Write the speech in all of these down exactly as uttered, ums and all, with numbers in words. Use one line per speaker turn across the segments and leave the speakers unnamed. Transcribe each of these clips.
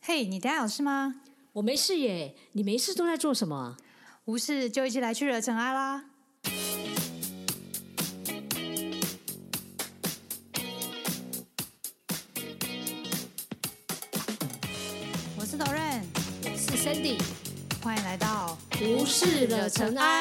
嘿，你等一下有事吗？
我没事耶，你没事都在做什么啊？
无事就一起来去惹尘埃啦！我是 Doreen，
我是 Sandy，
欢迎来到
无事惹尘埃。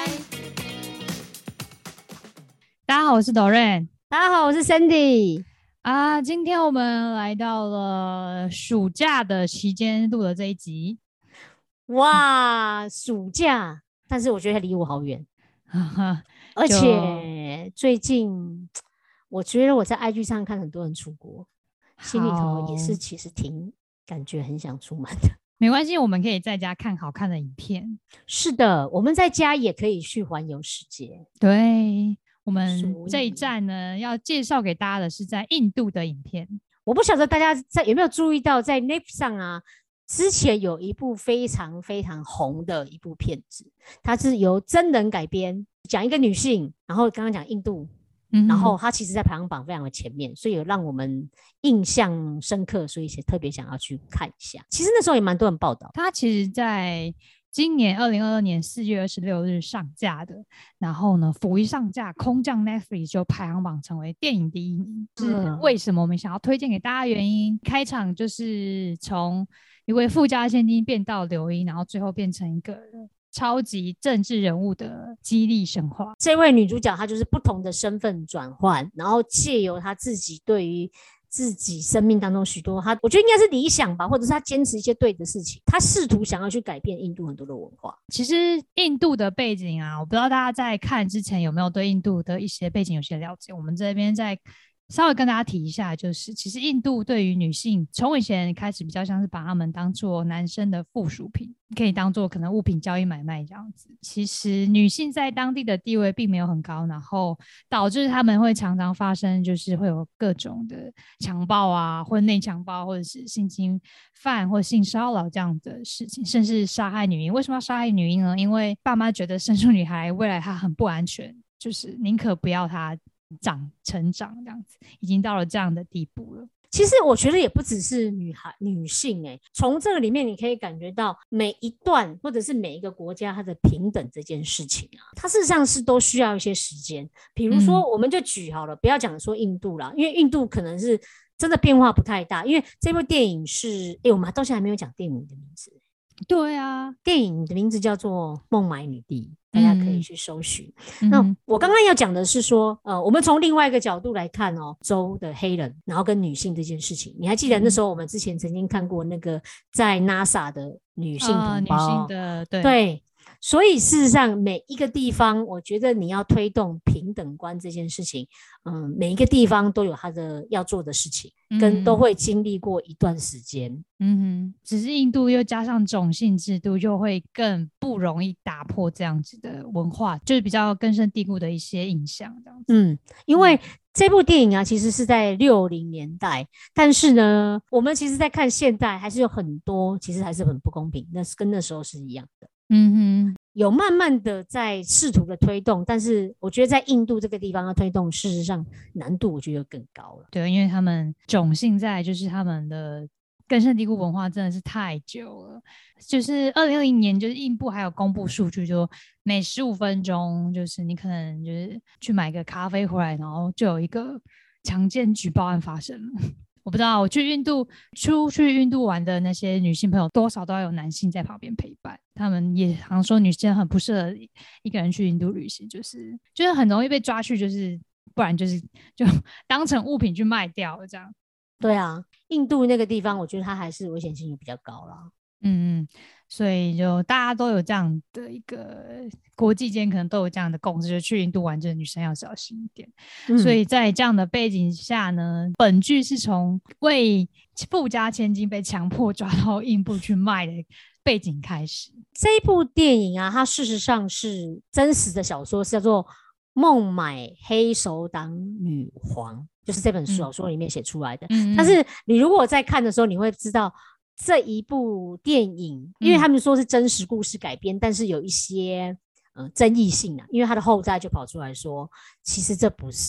大家好，我是 Doreen。
大家好，我是 Sandy。
啊，今天我们来到了暑假的期间录的这一集。
哇，暑假，但是我觉得离我好远，而且最近我觉得我在 I G 上看很多人出国，心里头也是其实挺感觉很想出门的。
没关系，我们可以在家看好看的影片。
是的，我们在家也可以去环游世界。
对，我们这一站呢，要介绍给大家的是在印度的影片。
我不晓得大家在有没有注意到，在 Netflix 上啊，之前有一部非常非常红的一部片子，它是由真人改编，讲一个女性，然后刚刚讲印度，嗯、然后它其实在排行榜非常的前面，所以有让我们印象深刻，所以特别想要去看一下。其实那时候也蛮多人报道，
它其实在今年二零二二年四月二十六日上架的，然后呢，甫一上架，空降 Netflix 就排行榜成为电影第一名。是为什么我们想要推荐给大家？原因开场就是从一位富家千金变到刘英，然后最后变成一个超级政治人物的激励神话。
这位女主角她就是不同的身份转换，然后借由她自己对于自己生命当中许多他我觉得应该是理想吧，或者是他坚持一些对的事情，他试图想要去改变印度很多的文化。
其实印度的背景啊，我不知道大家在看之前有没有对印度的一些背景有些了解，我们这边在稍微跟大家提一下，就是其实印度对于女性从以前开始比较像是把他们当作男生的附属品，可以当作可能物品交易买卖这样子。其实女性在当地的地位并没有很高，然后导致他们会常常发生就是会有各种的强暴啊，婚内强暴或者是性侵犯或性骚扰这样的事情，甚至杀害女婴。为什么要杀害女婴呢？因为爸妈觉得生出女孩未来她很不安全，就是宁可不要她长成长这样子，已经到了这样的地步了。
其实我觉得也不只是女孩女性哎、欸，从这个里面你可以感觉到每一段或者是每一个国家它的平等这件事情啊，它事实上是都需要一些时间。比如说，我们就举好了，嗯、不要讲说印度啦，因为印度可能是真的变化不太大。因为这部电影是哎、欸，我们到现在还没有讲电影的名字。
对啊，
电影的名字叫做《孟买女帝》。大家可以去搜寻、嗯、那我刚刚要讲的是说呃，我们从另外一个角度来看哦，州的黑人然后跟女性这件事情，你还记得那时候我们之前曾经看过那个在 NASA 的女性同胞、
呃、女性的 对,
对，所以事实上每一个地方我觉得你要推动平等观这件事情，嗯，每一个地方都有它的要做的事情、嗯、跟都会经历过一段时间。
嗯哼，只是印度又加上种姓制度，就会更不容易打破这样子的文化，就是比较根深蒂固的一些印象这样子。
嗯，因为这部电影啊其实是在六零年代，但是呢我们其实在看现代还是有很多其实还是很不公平，那是跟那时候是一样的。
嗯哼，
有慢慢的在试图的推动，但是我觉得在印度这个地方要推动，事实上难度我觉得更高了。
对，因为他们种姓在就是他们的根深蒂固文化真的是太久了。就是二零二零年就是印度还有公布数据，就每十五分钟就是你可能就是去买个咖啡回来，然后就有一个强奸举报案发生了。我不知道我去印度出去印度玩的那些女性朋友多少都要有男性在旁边陪伴，他们也好像说女性很不适合一个人去印度旅行，就是就是很容易被抓去，就是不然就是就当成物品去卖掉这样。
对啊，印度那个地方我觉得它还是危险性比较高啦。
嗯嗯，所以就大家都有这样的一个国际间可能都有这样的共识，就去印度玩，这女生要小心一点、嗯、所以在这样的背景下呢，本剧是从为富家千金被强迫抓到印度去卖的背景开始。
这部电影啊它事实上是真实的小说，是叫做孟买黑手党女皇，就是这本小说里面写出来的、嗯、但是你如果在看的时候你会知道这一部电影因为他们说是真实故事改编、嗯、但是有一些、呃、争议性啊，因为他的后代就跑出来说其实这不是，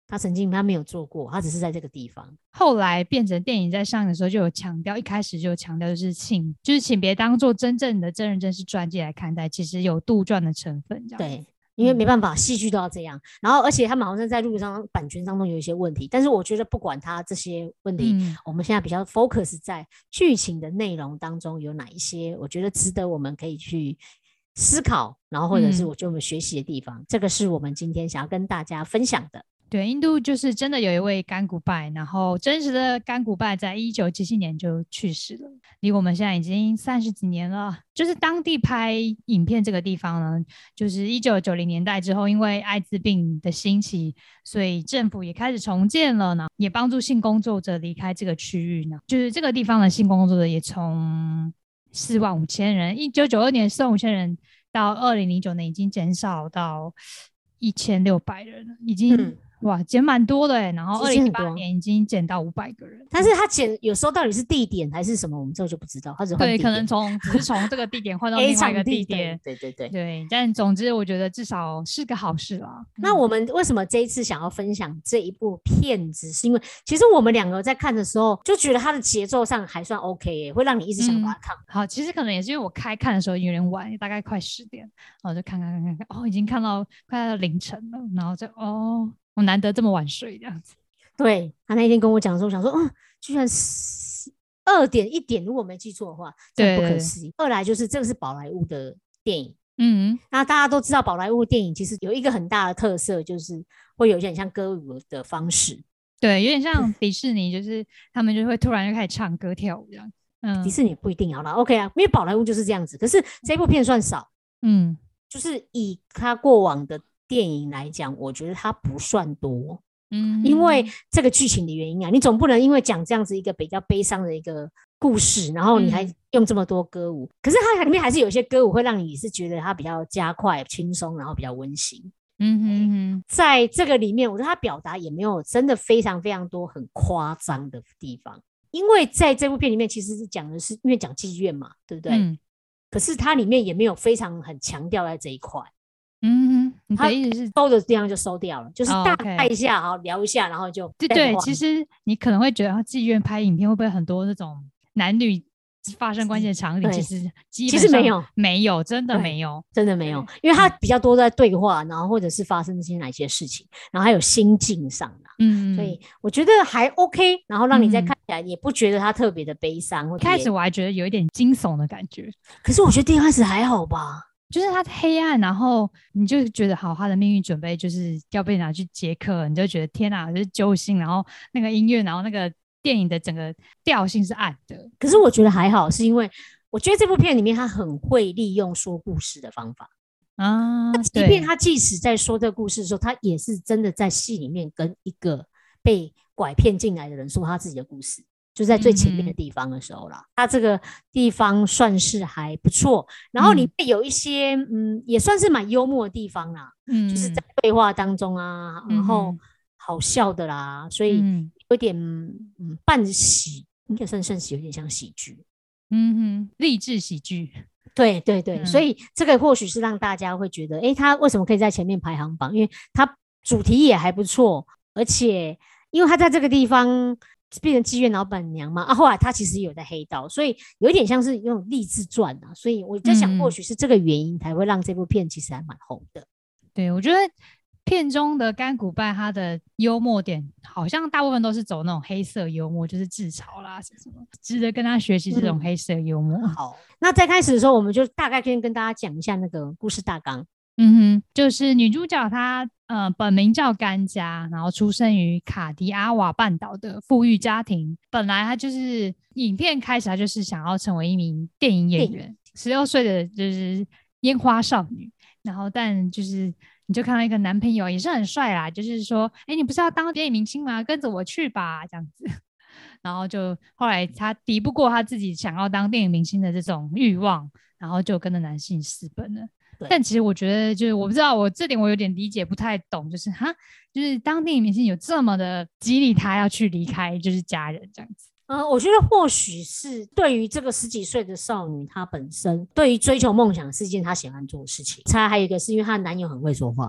他曾经他没有做过，他只是在这个地方。
后来变成电影在上映的时候就有强调，一开始就有强调就是请就是请别当做真正的真人真事传记来看待，其实有杜撰的成分这样。
对，因为没办法，戏剧都要这样。然后，而且他们好像在录上版权当中有一些问题，但是我觉得不管他这些问题，嗯、我们现在比较 focus 在剧情的内容当中有哪一些，我觉得值得我们可以去思考，然后或者是我觉得我们学习的地方，嗯、这个是我们今天想要跟大家分享的。
对，印度就是真的有一位甘古拜，然后真实的甘古拜在一九七七年就去世了，离我们现在已经三十几年了。就是当地拍影片这个地方呢，就是一九九零年代之后，因为艾滋病的兴起，所以政府也开始重建了呢，也帮助性工作者离开这个区域呢。就是这个地方的性工作者也从四万五千人，一九九二年四万五千人，到二零零九年已经减少到一千六百人了，已经、嗯。哇，减蛮多的哎，然后二零一八年已经减到五百个人，
但是他减有时候到底是地点还是什么，我们这个就不知道，他只换地点，
对，可能从只是从这个地点换到另外一个地点，
对对对
对，但总之我觉得至少是个好事啦。
那我们为什么这一次想要分享这一部片子，是因为其实我们两个在看的时候就觉得它的节奏上还算 OK 耶，会让你一直想把它看、嗯。
好，其实可能也是因为我开看的时候有点晚，大概快十点，然后就看看看看看，哦，已经看到快到凌晨了，然后就哦。我难得这么晚睡这样子。
对，他那一天跟我讲的时候，我想说，嗯，居然二点一点，如果没记错的话，这不可思议。二来就是这个是宝莱坞的电影，嗯，那大家都知道宝莱坞电影其实有一个很大的特色，就是会有一些很像歌舞的方式，
对，有点像迪士尼，就是他们就会突然就开始唱歌跳舞这样。
嗯，迪士尼不一定好了 ，OK 啊，因为宝莱坞就是这样子。可是这部片算少，嗯，就是以他过往的电影来讲，我觉得它不算多，嗯，因为这个剧情的原因啊，你总不能因为讲这样子一个比较悲伤的一个故事，然后你还用这么多歌舞，嗯、可是它里面还是有些歌舞会让你是觉得它比较加快、轻松，然后比较温馨。嗯哼哼，在这个里面，我觉得它表达也没有真的非常非常多很夸张的地方，因为在这部片里面其实是讲的是因为讲妓院嘛，对不对？嗯、可是它里面也没有非常很强调在这一块。嗯，你的意思是收的地方就收掉了，就是大概一下，好、oh, okay. 聊一下，然后就
对对。其实你可能会觉得，妓院拍影片会不会很多那种男女发生关系的场景？其实基本上
其实没有，
没有，真的没有，
真的没有，因为它比较多在对话，然后或者是发生这些哪些事情，然后还有心境上的，嗯，所以我觉得还 OK， 然后让你再看起来也不觉得它特别的悲伤。
一开始我还觉得有一点惊悚的感觉，
可是我觉得一开始还好吧。
就是他黑暗，然后你就觉得好，他的命运准备就是要被拿去接客，你就觉得天哪，就是揪心。然后那个音乐，然后那个电影的整个调性是暗的。
可是我觉得还好，是因为我觉得这部片里面他很会利用说故事的方法啊。即便他即使在说这个故事的时候，他也是真的在戏里面跟一个被拐骗进来的人说他自己的故事。就在最前面的地方的时候啦，嗯、它这个地方算是还不错，然后里面有一些 嗯, 嗯也算是蛮幽默的地方啦，嗯，就是在对话当中啊，然后好笑的啦，所以有点嗯半喜，应该算算是有点像喜剧，
嗯哼，励志喜剧，
对对对、嗯，所以这个或许是让大家会觉得，哎，他为什么可以在前面排行榜？因为他主题也还不错，而且因为他在这个地方。变成妓院老板娘嘛，啊，后来她其实有在黑道，所以有一点像是那种励志传啊，所以我在想，或许是这个原因才会让这部片其实还蛮红的。
嗯、对，我觉得片中的甘古拜他的幽默点，好像大部分都是走那种黑色幽默，就是自嘲啦什么，值得跟他学习这种黑色幽默。
嗯、好，那在开始的时候，我们就大概先跟大家讲一下那个故事大纲。
嗯哼，就是女主角她呃本名叫甘佳，然后出生于卡迪阿瓦半岛的富裕家庭。本来她就是影片开始，她就是想要成为一名电影演员，十六岁的就是烟花少女。然后但就是你就看到一个男朋友也是很帅啦，就是说，哎，你不是要当电影明星吗？跟着我去吧，这样子。然后就后来她敌不过她自己想要当电影明星的这种欲望，然后就跟着男性私奔了。但其实我觉得就是我不知道，我这点我有点理解不太懂，就是哈，就是当电影明星有这么的激励他要去离开就是家人这样子。
呃，我觉得或许是对于这个十几岁的少女，她本身对于追求梦想是一件她喜欢做的事情。她还有一个是因为她的男友很会说话，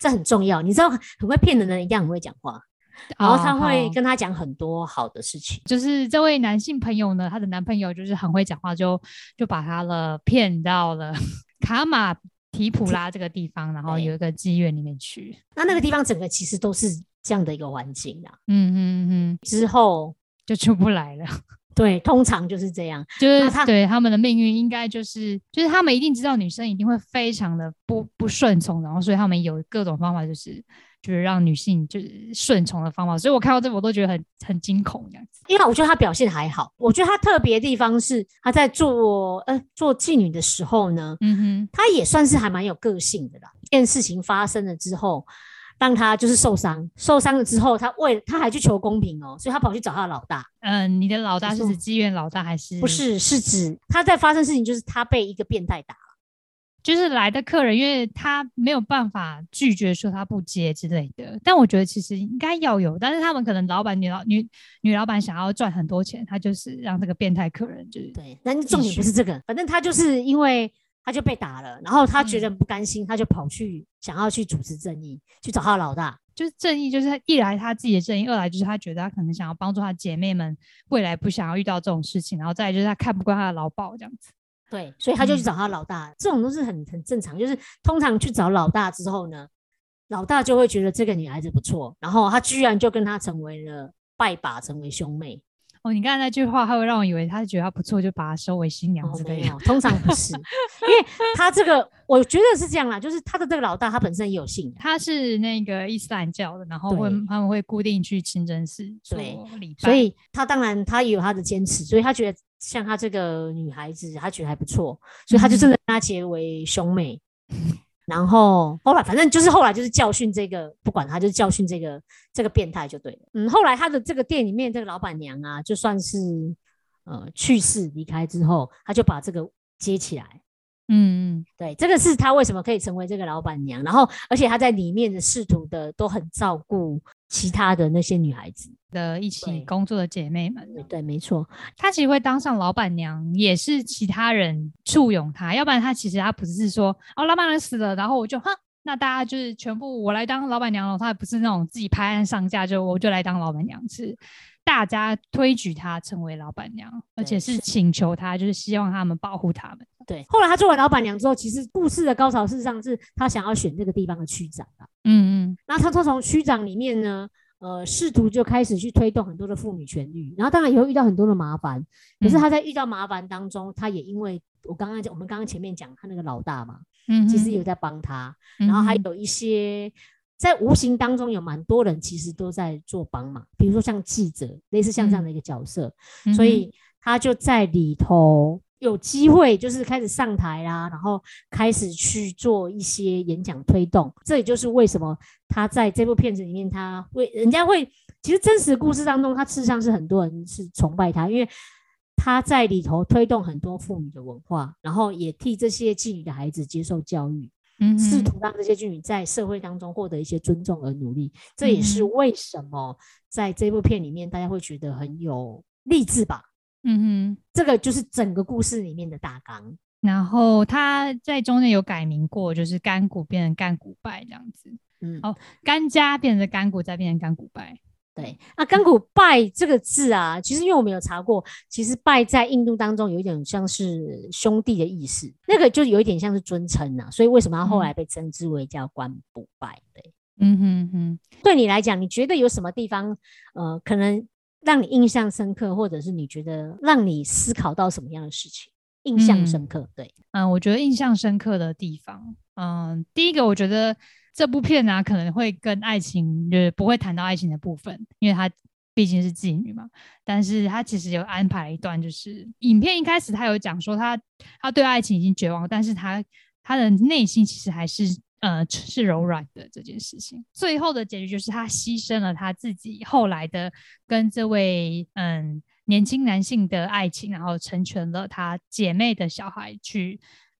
这很重要。你知道很会骗人的人一定很会讲话，然后他会跟他讲很多好的事情。
哦、就是这位男性朋友呢，他的男朋友就是很会讲话，就就把他了骗到了卡马提普拉这个地方，然后有一个妓院里面去。
那那个地方整个其实都是这样的一个环境啊。
嗯嗯嗯，
之后
就出不来了。
对，通常就是这样，
就是他对他们的命运应该就是就是他们一定知道女生一定会非常的不不顺从，然后所以他们有各种方法，就是就是让女性就是顺从的方法。所以我看到这个我都觉得很很惊恐这样子。
因为我觉得他表现还好，我觉得他特别的地方是他在做呃做妓女的时候呢，嗯哼，他也算是还蛮有个性的啦。一件事情发生了之后，让他就是受伤，受伤了之后，他为他还去求公平哦，所以他跑去找他的老大。
嗯、呃，你的老大是指妓院老大还是？
不是，是指他在发生事情，就是他被一个变态打了，
就是来的客人，因为他没有办法拒绝说他不接之类的。但我觉得其实应该要有，但是他们可能老板女老女女老板想要赚很多钱，他就是让这个变态客人就是
对，但重点不是这个，反正他就是因为。他就被打了，然后他觉得不甘心，嗯、他就跑去想要去主持正义，去找他的老大。
就是正义，就是一来他自己的正义，二来就是他觉得他可能想要帮助他姐妹们未来不想要遇到这种事情，然后再来就是他看不惯他的老鸨这样子。
对，所以他就去找他老大，嗯、这种都是很很正常。就是通常去找老大之后呢，老大就会觉得这个女孩子不错，然后他居然就跟他成为了拜把，成为兄妹。
哦，你刚才那句话，他会让我以为他觉得他不错，就把他收为新娘之类的。
哦、通常不是，因为他这个，我觉得是这样啦，就是他的这个老大，他本身也有信仰，
他是那个伊斯兰教的，然后会他们会固定去清真寺做礼拜，
所以他当然他也有他的坚持，所以他觉得像他这个女孩子，他觉得还不错，所以他就真的跟他结为兄妹。嗯然后后来反正就是后来就是教训这个，不管他就是教训这个这个变态就对了。嗯，后来他的这个店里面这个老板娘啊，就算是呃去世离开之后，他就把这个接起来。嗯嗯，对，这个是他为什么可以成为这个老板娘，然后而且他在里面的仕途的都很照顾其他的那些女孩子
的一起工作的姐妹们。
对，对没错，
他其实会当上老板娘也是其他人簇拥他，要不然他其实他不是说哦老板娘死了然后我就哈那大家就是全部我来当老板娘了，他也不是那种自己拍案上架就我就来当老板娘，是大家推举他成为老板娘，而且是请求他，就是希望他们保护他们。
对，后来他做完老板娘之后，其实故事的高潮事实上是他想要选这个地方的区长啊。嗯嗯，那他从区长里面呢，呃，试图就开始去推动很多的妇女权利，然后当然也会遇到很多的麻烦。可是他在遇到麻烦当中，他也因为我刚刚讲，我们刚刚前面讲他那个老大嘛，嗯，其实有在帮他，然后还有一些。在无形当中有蛮多人其实都在做帮忙，比如说像记者，类似像这样的一个角色，嗯、所以他就在里头有机会就是开始上台啦，然后开始去做一些演讲推动。这也就是为什么他在这部片子里面，他会人家会其实真实的故事当中，他事实上是很多人是崇拜他，因为他在里头推动很多妇女的文化，然后也替这些妓女的孩子接受教育。嗯、试图让这些妓女在社会当中获得一些尊重而努力，这也是为什么在这部片里面大家会觉得很有励志吧。嗯哼，这个就是整个故事里面的大纲。
然后他在中间有改名过，就是干谷变成干谷拜这样子。嗯，哦，干家变成干谷，再变成干谷拜。
对，那干谷拜这个字啊，其实因为我们有查过，其实拜在印度当中有一点像是兄弟的意思，那个就有一点像是尊称啊，所以为什么他后来被称之为叫官不拜？对，嗯哼哼。对你来讲，你觉得有什么地方呃，可能让你印象深刻，或者是你觉得让你思考到什么样的事情印象深刻？嗯、对，
嗯，我觉得印象深刻的地方，嗯，第一个我觉得。这部片啊，可能会跟爱情就是不会谈到爱情的部分，因为它毕竟是妓女嘛。但是他其实有安排一段，就是影片一开始他有讲说他他对爱情已经绝望，但是他他的内心其实还是呃是柔软的这件事情。最后的结局就是他牺牲了他自己后来的跟这位嗯年轻男性的爱情，然后成全了他姐妹的小孩去。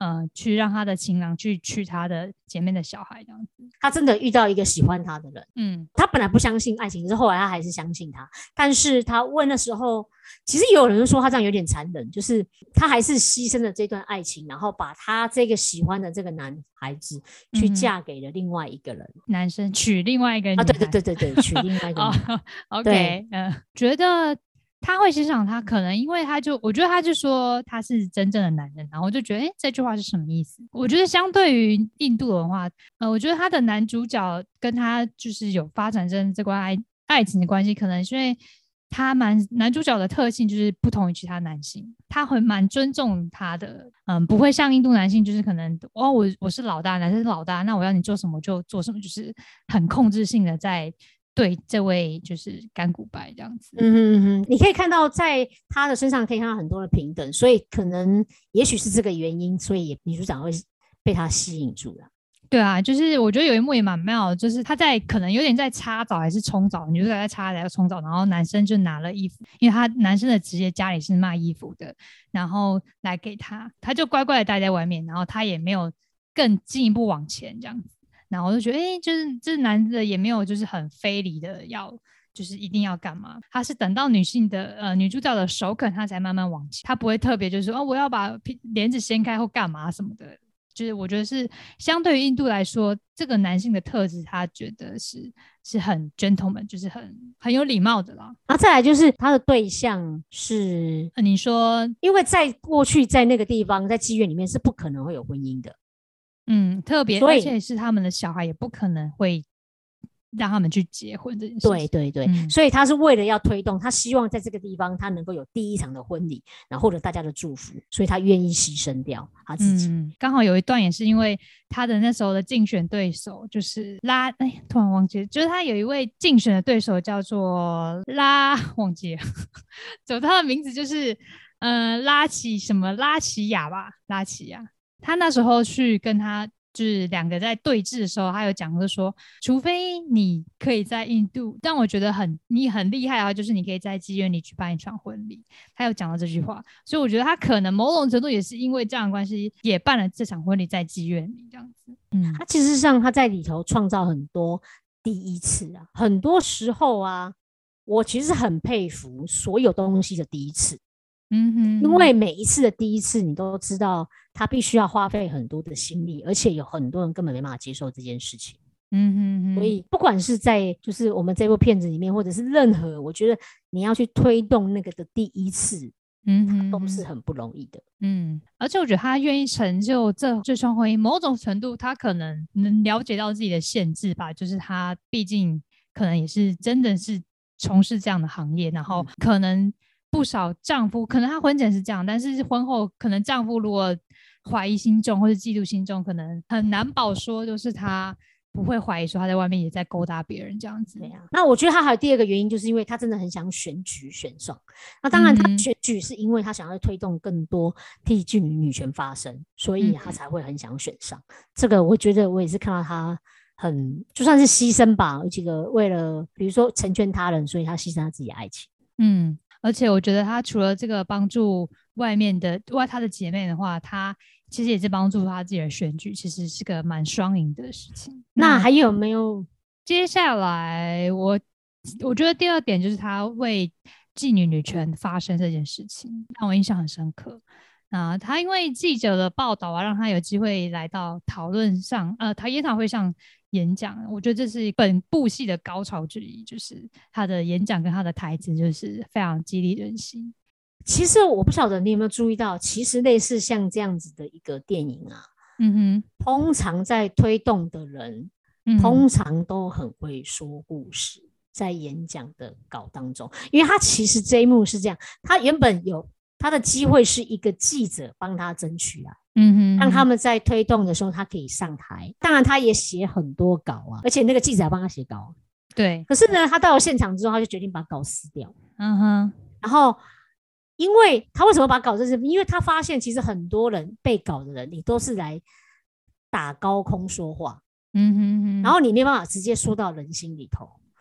呃去让他的情郎去娶他的姐妹的小孩这样子。
他真的遇到一个喜欢他的人，
嗯，
他本来不相信爱情，可是后来他还是相信他。但是他问的时候，其实也有人说他这样有点残忍，就是他还是牺牲了这段爱情，然后把他这个喜欢的这个男孩子去嫁给了另外一个人，嗯、
男生娶另外一个女孩
啊，对对对对对，娶另外一个女孩。
oh, OK， 嗯、呃，觉得他会欣赏他，可能因为他就我觉得他就说他是真正的男人，然后我就觉得，哎，这句话是什么意思？我觉得相对于印度的文化，呃，我觉得他的男主角跟他就是有发展成这关爱爱情的关系，可能是因为他蛮男主角的特性就是不同于其他男性，他会蛮尊重他的，嗯，不会像印度男性就是可能哦，我我是老大，男生是老大，那我要你做什么就做什么，就是很控制性的在。对这位就是甘古白这样子，
嗯哼嗯哼，你可以看到在他的身上可以看到很多的平等，所以可能也许是这个原因，所以女主角会被他吸引住了。
对啊，就是我觉得有一幕也蛮妙的，就是他在可能有点在擦澡还是冲澡，女主角在擦还是冲澡，然后男生就拿了衣服，因为他男生的职业家里是卖衣服的，然后来给他，他就乖乖的待在外面，然后他也没有更进一步往前这样子。然后我就觉得，哎，就是这男的也没有就是很非礼的要，就是一定要干嘛？他是等到女性的呃女主角的首肯，他才慢慢往前，他不会特别就是说，哦，我要把帘子掀开或干嘛什么的。就是我觉得是相对于印度来说，这个男性的特质，他觉得是是很 gentleman， 就是很很有礼貌的啦。
然后再来就是他的对象是，
呃、你说，
因为在过去在那个地方，在妓院里面是不可能会有婚姻的。
嗯，特别，而且是他们的小孩也不可能会让他们去结婚这件事情。
对对对、
嗯，
所以他是为了要推动，他希望在这个地方他能够有第一场的婚礼，然后获得大家的祝福，所以他愿意牺牲掉他自己。
嗯，刚好有一段也是因为他的那时候的竞选对手就是拉，哎，突然忘记了，就是他有一位竞选的对手叫做拉，忘记了，走他的名字就是呃拉奇什么拉奇亚吧，拉奇亚。他那时候去跟他就是两个在对峙的时候，他有讲就是说，除非你可以在印度，但我觉得很你很厉害啊，就是你可以在妓院里举办一场婚礼。他有讲到这句话，所以我觉得他可能某种程度也是因为这样的关系，也办了这场婚礼在妓院里这样子。嗯，
他其实上他在里头创造很多第一次啊，很多时候啊，我其实很佩服所有东西的第一次。
嗯哼，
因为每一次的第一次，你都知道他必须要花费很多的心力，而且有很多人根本没办法接受这件事情。
嗯哼哼，
所以不管是在就是我们这部片子里面，或者是任何，我觉得你要去推动那个的第一次，
嗯哼，
都是很不容易的。
嗯，而且我觉得他愿意成就这这桩婚姻，某种程度他可能能了解到自己的限制吧，就是他毕竟可能也是真的是从事这样的行业，然后可能不少丈夫，可能他婚前是这样，但是婚后可能丈夫如果怀疑心重或是嫉妒心重，可能很难保说就是他不会怀疑说他在外面也在勾搭别人这样子。
对啊，那我觉得他还有第二个原因，就是因为他真的很想选举选上。那当然，他选举是因为他想要推动更多替妓女女权发声，所以他才会很想选上。嗯、这个我觉得我也是看到他很就算是牺牲吧，这个为了比如说成全他人，所以他牺牲他自己的爱情。
嗯。而且我觉得他除了这个帮助外面的外他的姐妹的话，他其实也是帮助他自己的选举，其实是个蛮双赢的事情。
那还有没有？
接下来我我觉得第二点就是他为妓女女权发声这件事情，让我印象很深刻。啊，他因为记者的报道啊，让他有机会来到讨论上，呃，他研讨会上演讲。我觉得这是本部戏的高潮之一，就是他的演讲跟他的台词，就是非常激励人心。
其实我不晓得你有没有注意到，其实类似像这样子的一个电影啊，
嗯哼，
通常在推动的人，
嗯、
通常都很会说故事，在演讲的稿当中，因为他其实这一幕是这样，他原本有。他的机会是一个记者帮他争取来、啊，
嗯哼，
让他们在推动的时候，他可以上台。当然，他也写很多稿啊，而且那个记者还帮他写稿。
对。
可是呢，他到了现场之后，他就决定把稿撕掉。
嗯哼。
然后，因为他为什么把稿撕掉？因为他发现其实很多人被稿的人，你都是来打高空说话。
嗯哼哼。
然后你没办法直接说到人心里头。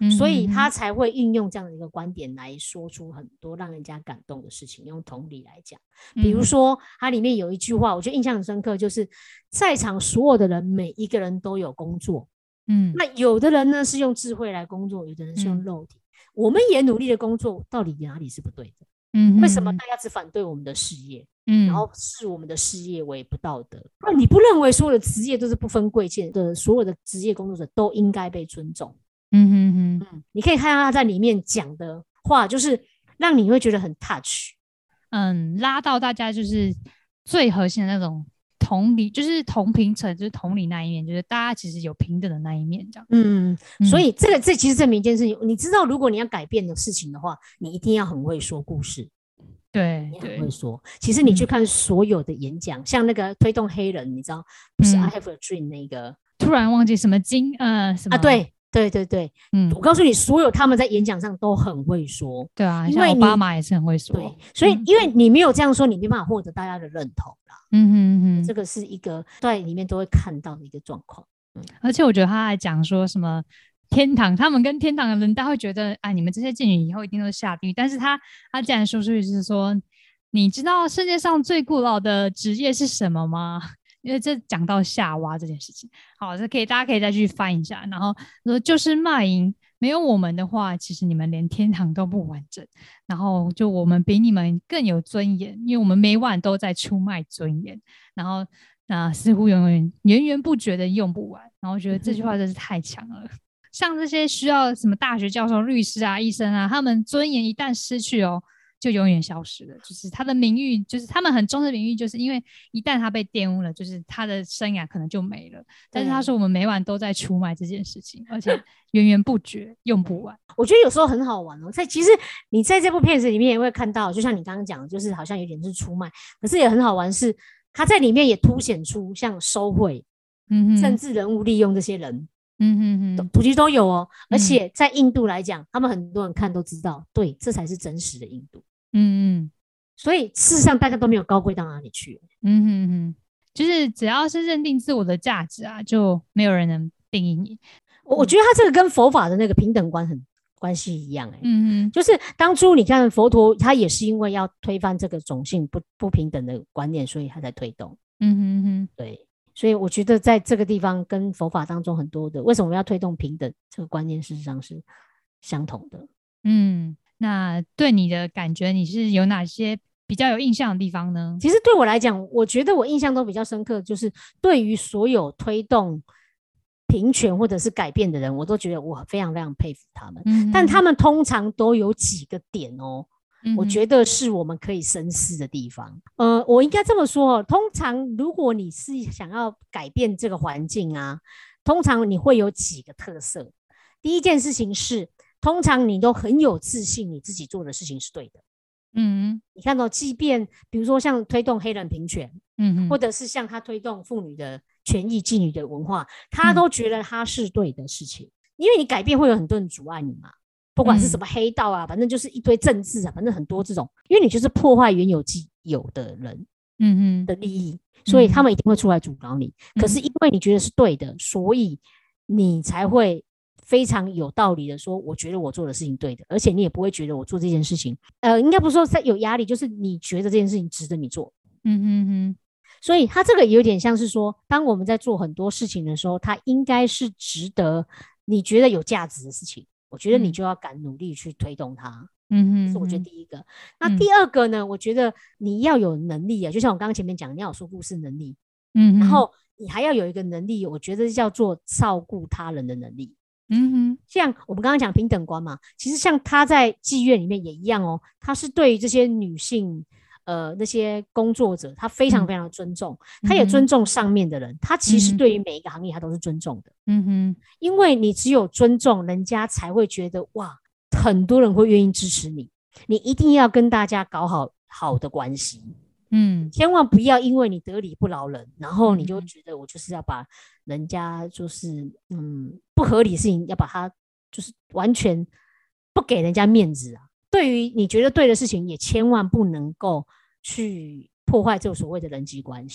嗯，
所以他才会运用这样的一个观点来说出很多让人家感动的事情。用同理来讲，比如说它里面有一句话我觉得印象很深刻，就是在场所有的人每一个人都有工作，嗯，那有的人呢是用智慧来工作，有的人是用肉体、嗯、我们也努力的工作，到底哪里是不对的？嗯，为什么大家只反对我们的事业，嗯，然后视我们的事业为不道德？那你不认为所有的职业都是不分贵贱的，所有的职业工作者都应该被尊重？嗯哼哼，嗯，你可以看到他在里面讲的话，就是让你会觉得很 touch，
嗯，拉到大家就是最核心的那种同理，就是同平层，就是同理那一面，就是大家其实有平等的那一面，这样。嗯，
所以这个这其实证明一件事情，你知道，如果你要改变的事情的话，你一定要很会说故事。
对，
你很会说。其实你去看所有的演讲、嗯，像那个推动黑人，你知道，不是 I have a dream 那个，嗯、
突然忘记什么金呃什么
啊？对对对对，嗯，我告诉你，所有他们在演讲上都很会说。
对啊，因为奥巴马也是很会说。
对，所以因为你没有这样说，你没办法获得大家的认同啦。嗯哼哼，这个是一个在里面都会看到的一个状况。
嗯，而且我觉得他还讲说什么。天堂，他们跟天堂的人，大家会觉得，啊，你们这些妓女以后一定都是下地狱。但是他，他竟然说出去是说，你知道世界上最古老的职业是什么吗？因为这讲到夏娃这件事情，好，这可以，大家可以再去翻一下。然后说就是卖淫，没有我们的话，其实你们连天堂都不完整。然后就我们比你们更有尊严，因为我们每晚都在出卖尊严。然后那、呃、似乎永远源源不绝的用不完。然后我觉得这句话真是太强了。像这些需要什么大学教授、律师啊、医生啊，他们尊严一旦失去哦，就永远消失了。就是他的名誉，就是他们很重视名誉，就是因为一旦他被玷污了，就是他的生涯可能就没了。但是他说我们每晚都在出卖这件事情，而且源源不绝，用不完。
我觉得有时候很好玩哦，在其实你在这部片子里面也会看到，就像你刚刚讲的，就是好像有点是出卖，可是也很好玩是他在里面也凸显出像收贿、嗯、政治人物利用这些人。嗯哼哼，其实都有哦，而且在印度来讲、嗯，他们很多人看都知道，对，这才是真实的印度。嗯嗯，所以事实上大家都没有高贵到哪里去。
嗯哼哼，就是只要是认定自我的价值啊，就没有人能定义你。
我我觉得他这个跟佛法的那个平等观很关系一样、欸，嗯哼，就是当初你看佛陀，他也是因为要推翻这个种姓不不平等的观念，所以他才推动。嗯哼哼，对。所以我觉得在这个地方跟佛法当中很多的为什么我们要推动平等这个观念事实上是相同的。
嗯，那对你的感觉你是有哪些比较有印象的地方呢？
其实对我来讲，我觉得我印象都比较深刻，就是对于所有推动平权或者是改变的人，我都觉得我非常非常佩服他们、嗯、但他们通常都有几个点哦，我觉得是我们可以深思的地方。呃，我应该这么说，通常如果你是想要改变这个环境啊，通常你会有几个特色。第一件事情是，通常你都很有自信，你自己做的事情是对的。嗯，你看到、哦，即便比如说像推动黑人平权，嗯，或者是像他推动妇女的权益、妓女的文化，他都觉得他是对的事情、嗯，因为你改变会有很多人阻碍你嘛。不管是什么黑道啊、嗯、反正就是一堆政治啊，反正很多这种，因为你就是破坏原有既有的人嗯的利益、嗯、所以他们一定会出来阻挠你、嗯、可是因为你觉得是对的，所以你才会非常有道理的说我觉得我做的事情对的，而且你也不会觉得我做这件事情呃，应该不是说有压力，就是你觉得这件事情值得你做。嗯哼哼，所以他这个有点像是说，当我们在做很多事情的时候，它应该是值得你觉得有价值的事情，我觉得你就要敢努力去推动它。嗯哼，这是我觉得第一个。那第二个呢、嗯、我觉得你要有能力啊，就像我刚刚前面讲，你要有说故事能力。嗯哼，然后你还要有一个能力，我觉得叫做照顾他人的能力。嗯哼，像我们刚刚讲平等观嘛，其实像他在妓院里面也一样哦，他是对于这些女性呃那些工作者他非常非常的尊重、嗯、他也尊重上面的人，他其实对于每一个行业他都是尊重的。嗯哼，因为你只有尊重人家才会觉得哇，很多人会愿意支持你，你一定要跟大家搞好好的关系。嗯，千万不要因为你得理不饶人，然后你就觉得我就是要把人家就是嗯不合理的事情要把它就是完全不给人家面子啊。对于你觉得对的事情，也千万不能够去破坏这个所谓的人际关系。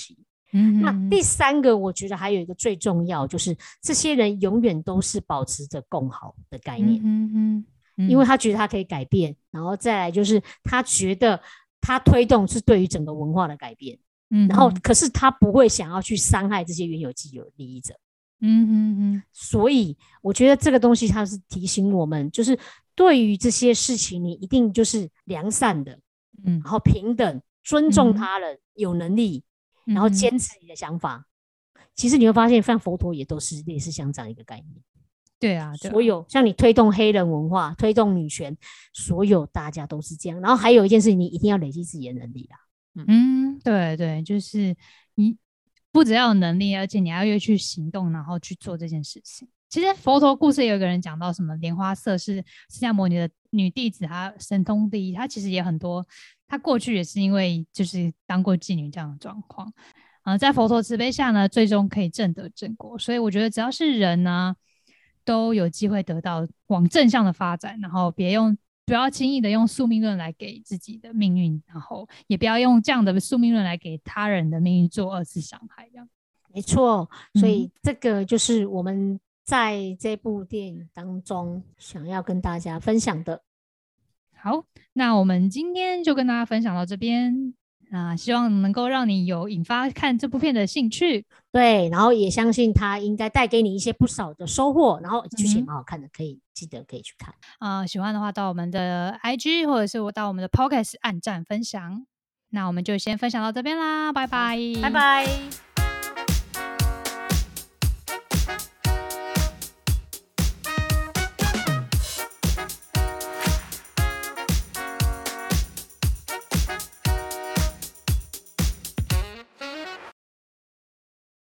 嗯
那第三个，我觉得还有一个最重要，就是这些人永远都是保持着共好的概念，
嗯嗯嗯，
因为他觉得他可以改变，然后再来就是他觉得他推动是对于整个文化的改变，
嗯，
然后可是他不会想要去伤害这些原有既有利益者。
嗯嗯嗯，
所以我觉得这个东西它是提醒我们，就是对于这些事情，你一定就是良善的，
嗯，
然后平等、尊重他人、嗯、有能力，然后坚持你的想法。嗯、其实你会发现，像佛陀也都是类似像这样一个概念。
对啊，对啊，
所有像你推动黑人文化、推动女权，所有大家都是这样。然后还有一件事情，你一定要累积自己的能力啦。
嗯, 嗯，对对，就是你不只要有能力，而且你要越去行动，然后去做这件事情。其实佛陀故事也有一个人讲到什么莲花色是释迦牟尼的女弟子，她神通第一，她其实也很多，她过去也是因为就是当过妓女这样的状况，呃，在佛陀慈悲下呢，最终可以证得正果。所以我觉得只要是人呢，都有机会得到往正向的发展，然后别用不要轻易的用宿命论来给自己的命运，然后也不要用这样的宿命论来给他人的命运做二次伤害。这样
没错，所以这个就是我们在这部电影当中想要跟大家分享的。
好，那我们今天就跟大家分享到这边。啊、呃，希望能够让你有引发看这部片的兴趣，
对，然后也相信它应该带给你一些不少的收获，然后剧情蛮好看的，可以记得可以去看
啊、呃。喜欢的话，到我们的 I G 或者是我到我们的 Podcast 按赞分享。那我们就先分享到这边啦，拜拜，
拜拜。